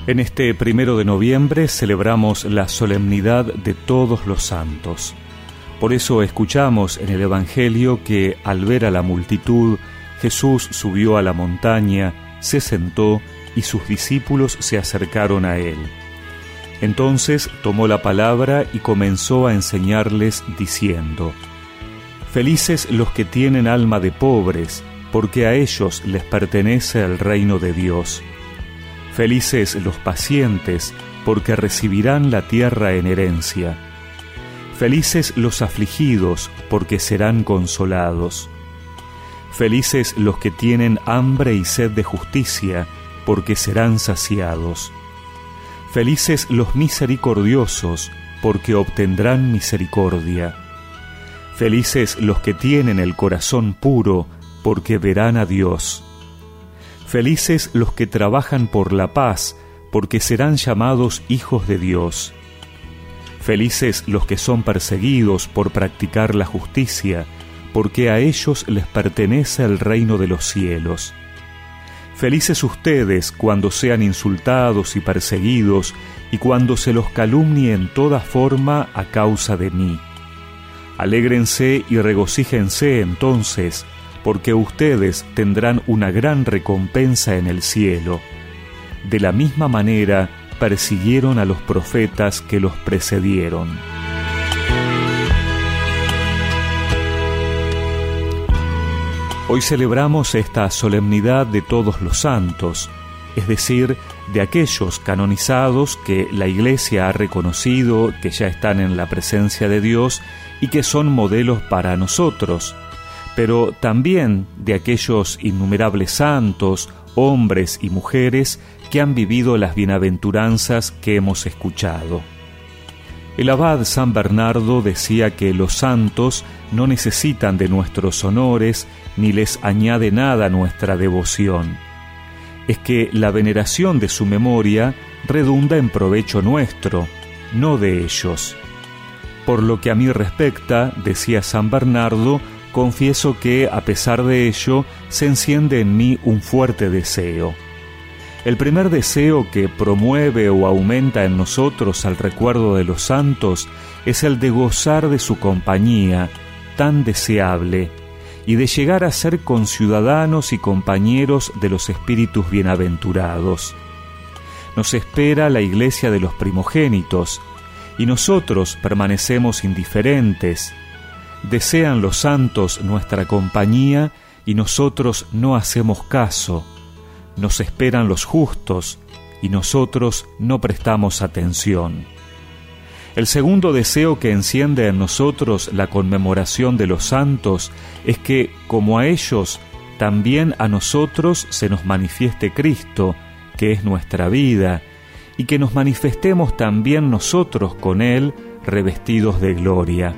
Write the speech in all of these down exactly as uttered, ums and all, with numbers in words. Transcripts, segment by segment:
En este primero de noviembre celebramos la solemnidad de todos los santos. Por eso escuchamos en el Evangelio que al ver a la multitud, Jesús subió a la montaña, se sentó y sus discípulos se acercaron a él. Entonces tomó la palabra y comenzó a enseñarles diciendo: Felices los que tienen alma de pobres, porque a ellos les pertenece el reino de Dios. Felices los pacientes, porque recibirán la tierra en herencia. Felices los afligidos, porque serán consolados. Felices los que tienen hambre y sed de justicia, porque serán saciados. Felices los misericordiosos, porque obtendrán misericordia. Felices los que tienen el corazón puro, porque verán a Dios. Felices los que trabajan por la paz, porque serán llamados hijos de Dios. Felices los que son perseguidos por practicar la justicia, porque a ellos les pertenece el reino de los cielos. Felices ustedes cuando sean insultados y perseguidos, y cuando se los calumnie en toda forma a causa de mí. Alégrense y regocíjense entonces, porque ustedes tendrán una gran recompensa en el cielo. De la misma manera persiguieron a los profetas que los precedieron. Hoy celebramos esta solemnidad de todos los santos, es decir, de aquellos canonizados que la Iglesia ha reconocido, que ya están en la presencia de Dios y que son modelos para nosotros, pero también de aquellos innumerables santos, hombres y mujeres que han vivido las bienaventuranzas que hemos escuchado. El abad San Bernardo decía que los santos no necesitan de nuestros honores ni les añade nada a nuestra devoción. Es que la veneración de su memoria redunda en provecho nuestro, no de ellos. Por lo que a mí respecta, decía San Bernardo, confieso que, a pesar de ello, se enciende en mí un fuerte deseo. El primer deseo que promueve o aumenta en nosotros al recuerdo de los santos es el de gozar de su compañía, tan deseable, y de llegar a ser conciudadanos y compañeros de los espíritus bienaventurados. Nos espera la iglesia de los primogénitos, y nosotros permanecemos indiferentes. Desean los santos nuestra compañía y nosotros no hacemos caso. Nos esperan los justos y nosotros no prestamos atención. El segundo deseo que enciende en nosotros la conmemoración de los santos es que, como a ellos, también a nosotros se nos manifieste Cristo, que es nuestra vida, y que nos manifestemos también nosotros con Él, revestidos de gloria.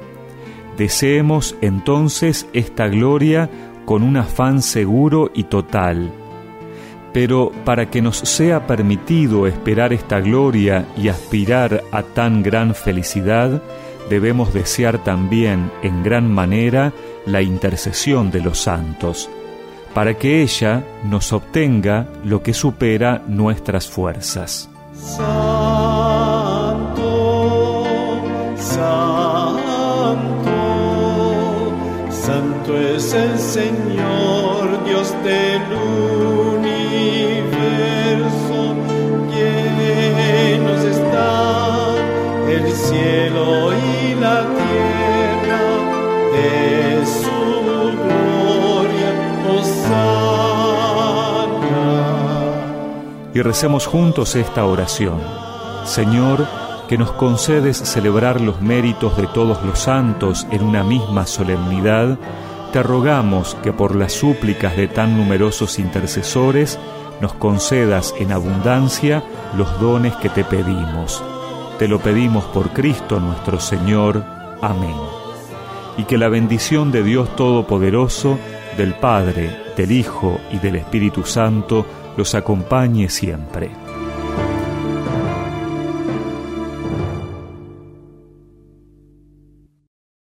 Deseemos entonces esta gloria con un afán seguro y total. Pero para que nos sea permitido esperar esta gloria y aspirar a tan gran felicidad, debemos desear también en gran manera la intercesión de los santos, para que ella nos obtenga lo que supera nuestras fuerzas. Santo, Santo, Santo es el Señor, Dios del universo, llenos están el cielo y la tierra de su gloria, hosana. Y recemos juntos esta oración. Señor, que nos concedes celebrar los méritos de todos los santos en una misma solemnidad, te rogamos que por las súplicas de tan numerosos intercesores nos concedas en abundancia los dones que te pedimos. Te lo pedimos por Cristo nuestro Señor. Amén. Y que la bendición de Dios Todopoderoso, del Padre, del Hijo y del Espíritu Santo los acompañe siempre.